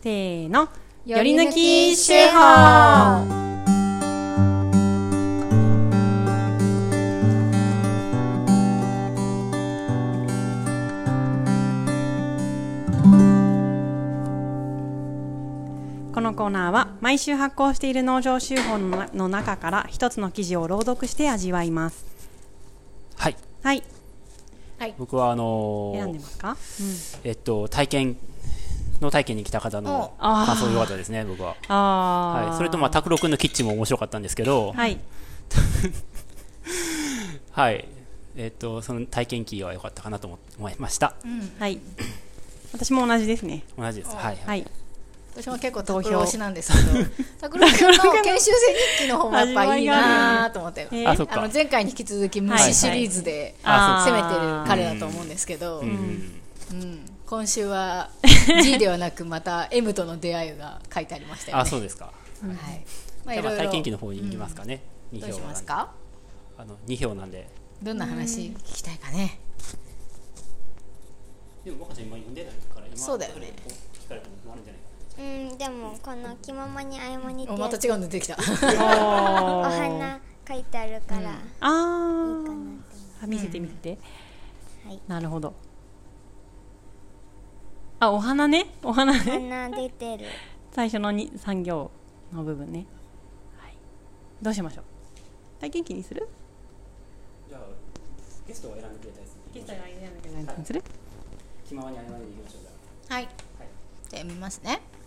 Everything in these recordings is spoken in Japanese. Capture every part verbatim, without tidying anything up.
せーの、 より抜き手法。 このコーナーは毎週発行している農場手法のの中から一つの記事を朗読して味わいます。 はいはい、 はい、 僕はあのー、 選んでますか、うん、 えっと体験の体験に来た方の感想が良かったですね。僕はあ、はい、それとまあ卓郎くんのキッチンも面白かったんですけど、はいはい、えっとその体験記は良かったかなと思いました、 うん、はい私も同じですね。 同じです。はい、 はい、 私も結構投票推しなんですけど拓郎君の研修生日記の方もやっぱいいなと思って、えー、ああの前回に引き続き虫シリーズで攻めてる彼だと思うんですけど、うんうんうん、今週は G ではなくまた M との出会いが書いてありましたよね。 あ、そうですか、 はい、 まあ、いろいろ体験記の方に行きますかね、うん、 どうしますか。 あのに票なんでどんな話聞きたいかね。 でも若ちゃん今読んでないから今そうだよね。 聞かれたのもあるんじゃないか。 うん、でもこの気ままに合間にってまた違うの出てきたお花書いてあるから、うん、あいいかなってあ見せて見せて、 うん、はい、 なるほど。あ、お花ね、お花ね、 お花出てる最初のにさん行の部分ね、はい、どうしましょう。体験記にする。 じゃあゲストが選んでくれたやつ。 ゲストが選んでくれたやつにする、はい、 気ままに合間にいきましょう。じゃあ、 はい、はい、じゃあ読みますね。 はい。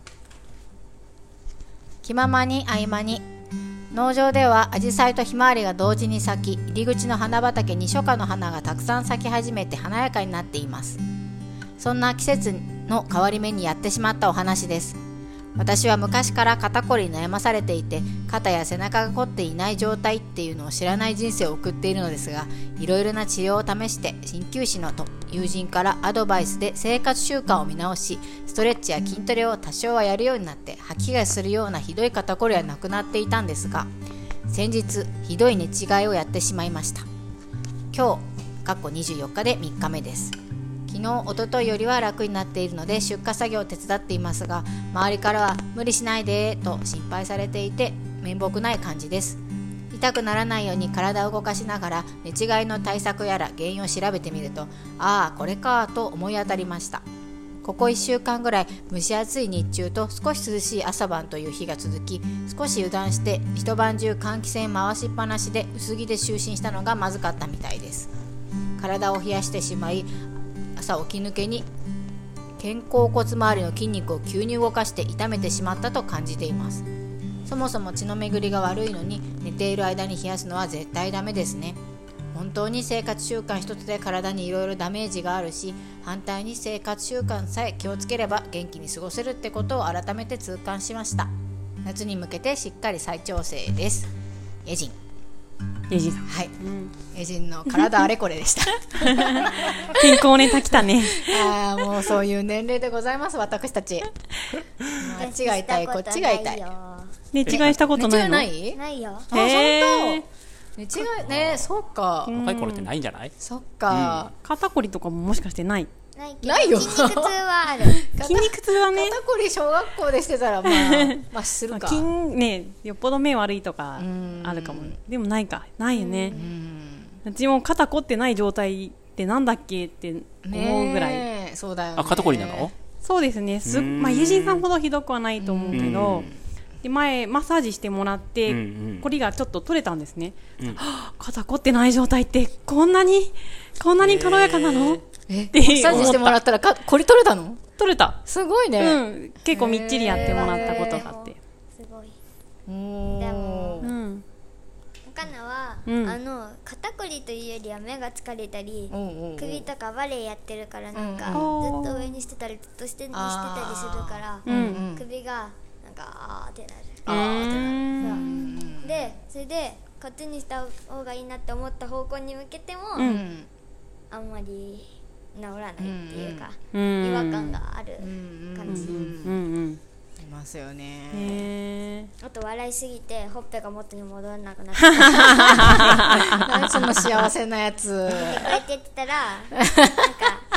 気ままに合間に。農場ではアジサイとひまわりが同時に咲き、入り口の花畑に初夏の花がたくさん咲き始めて華やかになっています。そんな季節の変わり目にやってしまったお話です。私は昔から肩こりに悩まされていて、肩や背中が凝っていない状態っていうのを知らない人生を送っているのですが、いろいろな治療を試して鍼灸師の友人からアドバイスで生活習慣を見直し、ストレッチや筋トレを多少はやるようになって吐き気がするようなひどい肩こりはなくなっていたんですが、先日ひどい寝違いをやってしまいました。今日かっこにじゅうよっかでみっかめです。昨日、おとといよりは楽になっているので出荷作業を手伝っていますが、周りからは無理しないでと心配されていて面目ない感じです。痛くならないように体を動かしながら寝違いの対策やら原因を調べてみると、ああこれかと思い当たりました。ここいっしゅうかんぐらい蒸し暑い日中と少し涼しい朝晩という日が続き、少し油断して一晩中換気扇回しっぱなしで薄着で就寝したのがまずかったみたいです。体を冷やしてしまい、朝起き抜けに肩甲骨周りの筋肉を急に動かして痛めてしまったと感じています。そもそも血の巡りが悪いのに寝ている間に冷やすのは絶対ダメですね。本当に生活習慣一つで体にいろいろダメージがあるし、反対に生活習慣さえ気をつければ元気に過ごせるってことを改めて痛感しました。夏に向けてしっかり再調整です。エジンエジンさん、 はい、うん、エジンの体あれこれでした健康ネタきたねあ、もうそういう年齢でございます。私たちあっちが痛いこっちが痛い。 寝違いしたことないの？ ないないよ。 あ、本当。寝違いね、そうか。 若い頃ってないんじゃない？ そっか、 うん、肩こりとかももしかしてない？ ないないよ。 筋肉痛はある筋肉痛はね、 肩こり小学校でしてたらまあまあするか。 筋ね、よっぽど目悪いとかあるかも。でもないか、ないよね。うちも肩こってない状態ってなんだっけって思うぐらい。 ね、そうだよね。 あ、肩こりなの？そうですね。すまあ友人さんほどひどくはないと思うけど。で前マッサージしてもらって、うんうん、こりがちょっと取れたんですね、うん、はぁ、肩こってない状態ってこんなにこんなに軽やかなの、 えー、ってマッサージしてもらったらかこり取れたの？ 取れた。 すごいね、 うん、結構みっちりやってもらったことがあって、 すごい。 でも、 うん、おかなは、うん、あの肩こりというよりは目が疲れたり、うんうんうん、首とかバレエやってるからなんか、うんうん、ずっと上にしてたりずっと下にしてたりするから、うんうん、首があーってなる。あーってなる。で、それでこっちにした方がいいなって思った方向に向けても、うん、あんまり治らないっていうか、うん、違和感がある感じ。 いますよね。 あと笑いすぎてほっぺが元に戻らなくなって何その幸せなやつこうやって言ってたらなんか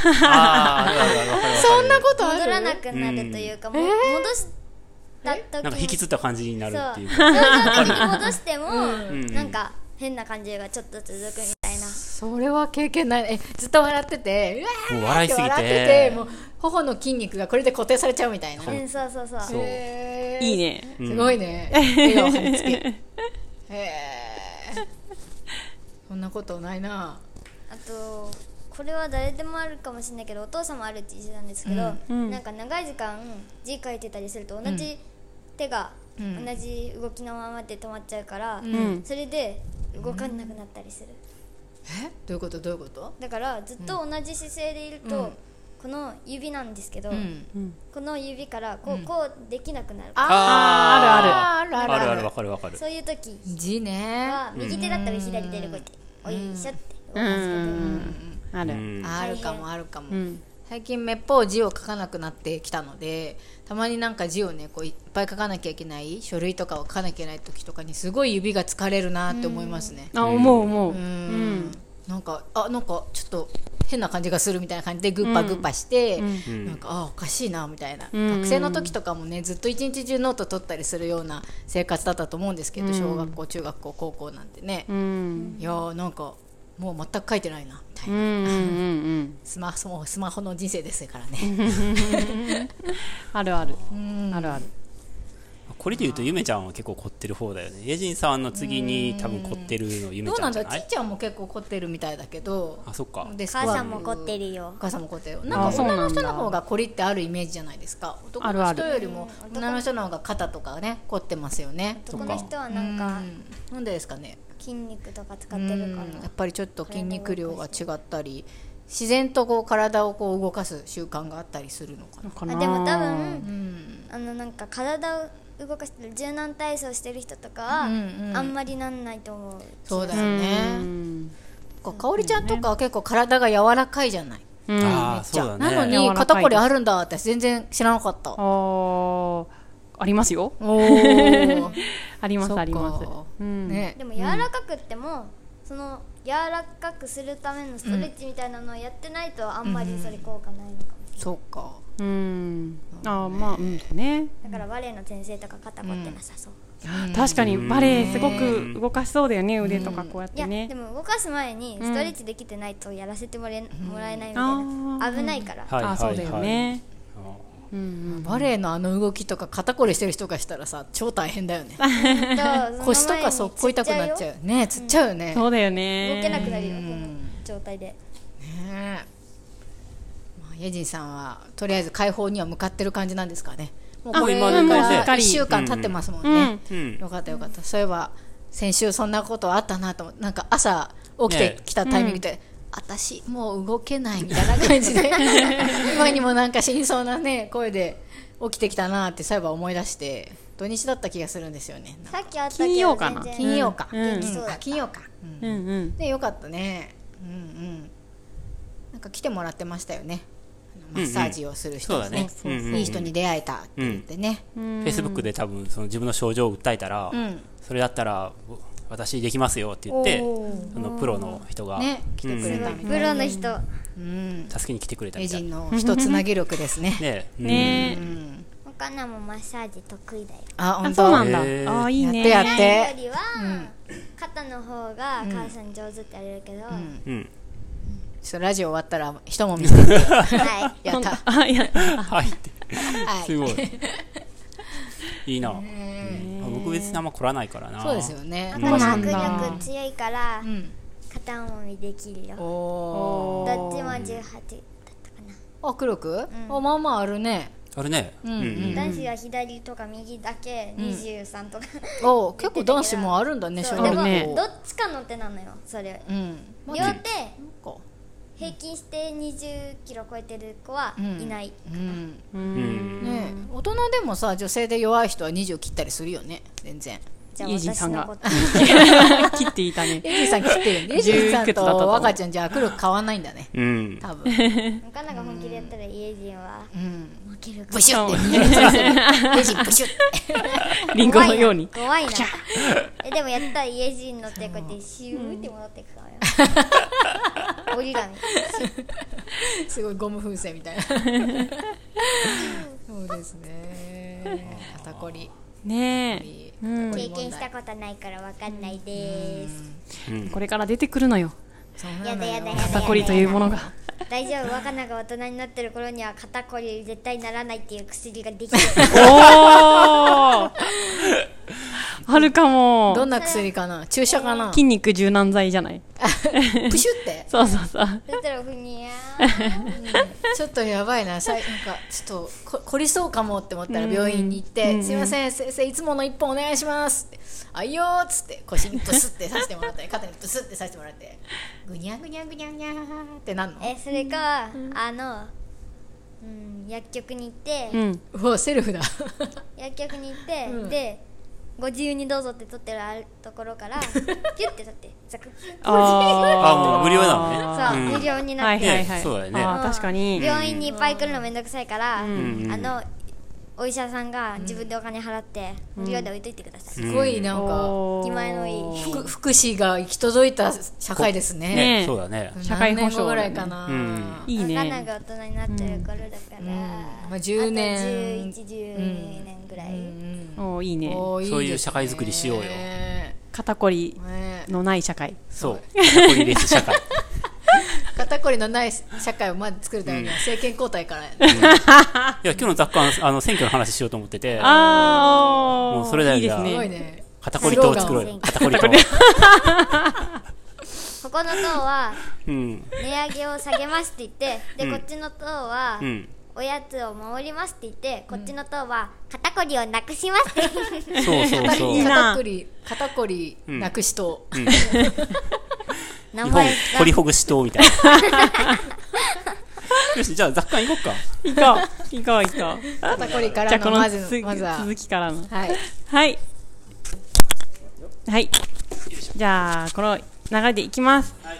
ああ、あるあるある、わかるわかる。 そんなことある？ 戻らなくなるというか、も戻した時なんか引きつった感じになるっていうそうか。 上々的に戻しても、 んなんか変な感じがちょっと続くみたいな。 それは経験ない。え、ずっと笑ってて、うわーもう笑いすぎてって笑ってて、もう頬の筋肉がこれで固定されちゃうみたいな。 うん、そうそうそう。 そうへーいいね。 すごいね。笑顔貼り付け。へーそんなことないな。 あとこれは誰でもあるかもしれないけど、お父さんもあるって言ってたんですけど、 うんなんか長い時間字書いてたりすると同じ手がうん同じ動きのままで止まっちゃうから、 んそれで動かなくなったりする。 えどういうことどういうことだからずっと同じ姿勢でいると、 うんこの指なんですけど、 うんこの指からこう、 うんこうできなくなる。 あーあるあるあるある、わかるわかる。 そういう時字ねは右手だったら左手でこうやって、おいしょって動かすけど、 うんある。 うんあるかもあるかも、 うん最近めっぽう字を書かなくなってきたので、たまになんか字をねこういっぱい書かなきゃいけない書類とかを書かなきゃいけない時とかにすごい指が疲れるなって思いますね。 あ、思う思う。 ううんん。 なんかあなんかちょっと変な感じがするみたいな感じでグッパグッパして、 んなんかあおかしいなみたいな、 うん学生の時とかもねずっと一日中ノート取ったりするような生活だったと思うんですけど、小学校中学校高校なんてね、 うん。 いやーなんかもう全く書いてないなみたいな、 うんうんうんスマホスマホの人生ですからねあるある。 うんあるある。 これで言うとゆめちゃんは結構凝ってる方だよね。イェジンさんの次に多分凝ってるのゆめどうなんんちゃじゃない？ だちっちゃんも結構凝ってるみたいだけど、 あ、そっか。 デスク母ワークさんも凝ってるよ。 お母さんも凝ってる。なんか女の人の方が凝りってあるイメージじゃないですか。男の人よりも女の人の方が肩とかね凝ってますよね。 男の人はなんかうんなんでですかね。 筋肉とか使ってるから、 うんやっぱりちょっと筋肉量が違ったり、自然とこう体をこう動かす習慣があったりするのかな。 かなあでも多分うんあのなんか体を動かしてる柔軟体操してる人とかは、 うんうんあんまりなんないと思う。 そうだようね。 んこうかおりちゃんとかは結構体が柔らかいじゃない。 うんああ、そうだね。 なのに肩こりあるんだって全然知らなかった。 あーありますよ。 おーありまそっかすあります。うんねでも柔らかくっても、その柔らかくするためのストレッチみたいなのをやってないとあんまりそれ効果ないのかもしれない。 そうか。 うん。あーまあうんね。 だからバレエの先生とか肩凝ってなさそう。 確かにバレエすごく動かしそうだよね、腕とかこうやっいやてねで。も動かす前にストレッチできてないとやらせてもらえ,、もらえないみたいあな、 ー危ないから。 はいあ、そうだよね。うんうん。 バレエのあの動きとか肩こりしてる人がしたらさ超大変だよね。 と腰とか速攻痛くなっちゃうね。つっちゃうよね。 そうだよ動ね。 けなくなるよ、この状態で。 ねえまあイェジンさんはとりあえず解放には向かってる感じなんですかね。もうこれあかもう今ねらいっしゅうかん経ってますもんうねん。 うん。 よかったよかった。そういえば先週そんなことあったなと思って、なんか朝起きてきたタイミングで、私もう動けないみたいな感じで今にもなんか死にそうなね声で起きてきたなってそういえば思い出して、土日だった気がするんですよね。 さっきあったけど金曜かな全然金曜か、 うんうんそうだったあ金曜か、うんうんうん。 でよかったね。うんうんなんか来てもらってましたよね。あのマッサージをする人そうだね。 ね、いい人に出会えたって言ってね。 フェイスブックで多分その自分の症状を訴えたら、 うんそれだったら私できますよって言って、そのプロの人が、 ね来てくれたみたいプロの人、 うん助けに来てくれたエみたいジンの人つなぎ力ですね。 ねうんねえ。 うん他のもマッサージ得意だよ。 あ本あ、そうな当んだ。 へーあー、いいね。 やってやって前よりは、肩の方が母さん上手って言われるけど、 うん。 ちょっとラジオ終わったら一も見せてはいやったあ、いや、 はいって。 はいすごい。いいな。うん僕別にあんま来らないからな。 そうですよね。 そうなん握だ力強いから、 うん肩もみできるよ。 おーどっちもじゅうはちだったかな。 握力あまあまああるね。 あれね。 うんうん男子は左とか右だけにじゅうさんとか、 お結構男子もあるんだね小そうでも学あるね校どっちかの手なのよそれ。 うん両手なんか平均してにじゅっキロ超えてる子はいない。 うんうん。 ねえ大人でもさ女性で弱い人はにじゅう切ったりするよね全然。 じゃあイージーさんが私のこと切っていたね。 エジンさん切ってるんでエジンさんじゅういくつだったとと思う若ちゃんじゃ握力変わんないんだねうん。 多分他のが本気でやったら家人はうん負けるかブシュって逃げさせるエジンブシュってリンゴのように。 怖いな。えでもやったら家人の手こうやってシューって戻っていくからよ。 折り紙すごいゴム風船みたいなそうですね。肩こりねえ、うん、 経験したことないからわかんないです、 うん、これから出てくるのよ。 やだやだやだ肩こりというものが。 大丈夫、若菜が大人になってる頃には肩こり絶対ならないっていう薬ができてる。 おーあるかも。 どんな薬かな、注射かな。 筋肉柔軟剤じゃない。 プシュってそうそうそう。 そしたらふにゃー、うん、ちょっとやばいな。さなんかちょっとこ凝りそうかもって思ったら病院に行って、うん、すいません先生いつもの一本お願いしますって、あいよーっつって腰にプスってさせてもらったり肩にプスってさせてもらってぐにゃぐにゃぐにゃぐにゃってなんの。 えそれか、うん、あの、うん、薬局に行って、 うん、うわセルフだ薬局に行って、うん、でご自由にどうぞって取ってるところからピュッて取ってザクッああもう無料なのね。 そう、うん、無料になって、 はいはいはい、 そうだよね。 あ確かに病院にいっぱい来るのめんどくさいから、 うん、 あのお医者さんが自分でお金払って無料で置いといてください、 うん、すごいなんか気前のいい福, 福祉が行き届いた社会ですね。 ねそうだね。 社会保障ぐらいかな、うん、 いいね。 若菜が大人になってる頃だから、うんまあ、じゅうねんあとじゅういち、じゅうにねんぐらい、 うんうん、おいいね。 そういう社会づくりしようよ。 肩こりのない社会、ね、 そう肩こりレス社会肩こりのない社会をまず作るためには政権交代からや、ねうん、いや今日の雑貨あの選挙の話しようと思ってて、 あもうそれだけがいいですね。 すごいね。 肩こり党を作ろうよ。肩こり党ここの党は値上げを下げますって言って、で、うん、こっちの党は、うんおやつを守りますって言って、こっちの党は肩こりをなくしますってそうそうそう。 肩こり肩こりなくし党、うんうん、 名前がこりほぐし党みたいなよしじゃあ雑貨行こうか。 行こう行こう行こう。 肩こりからのまずまずは続きからのはいはいはい。じゃあこの流れでいきます。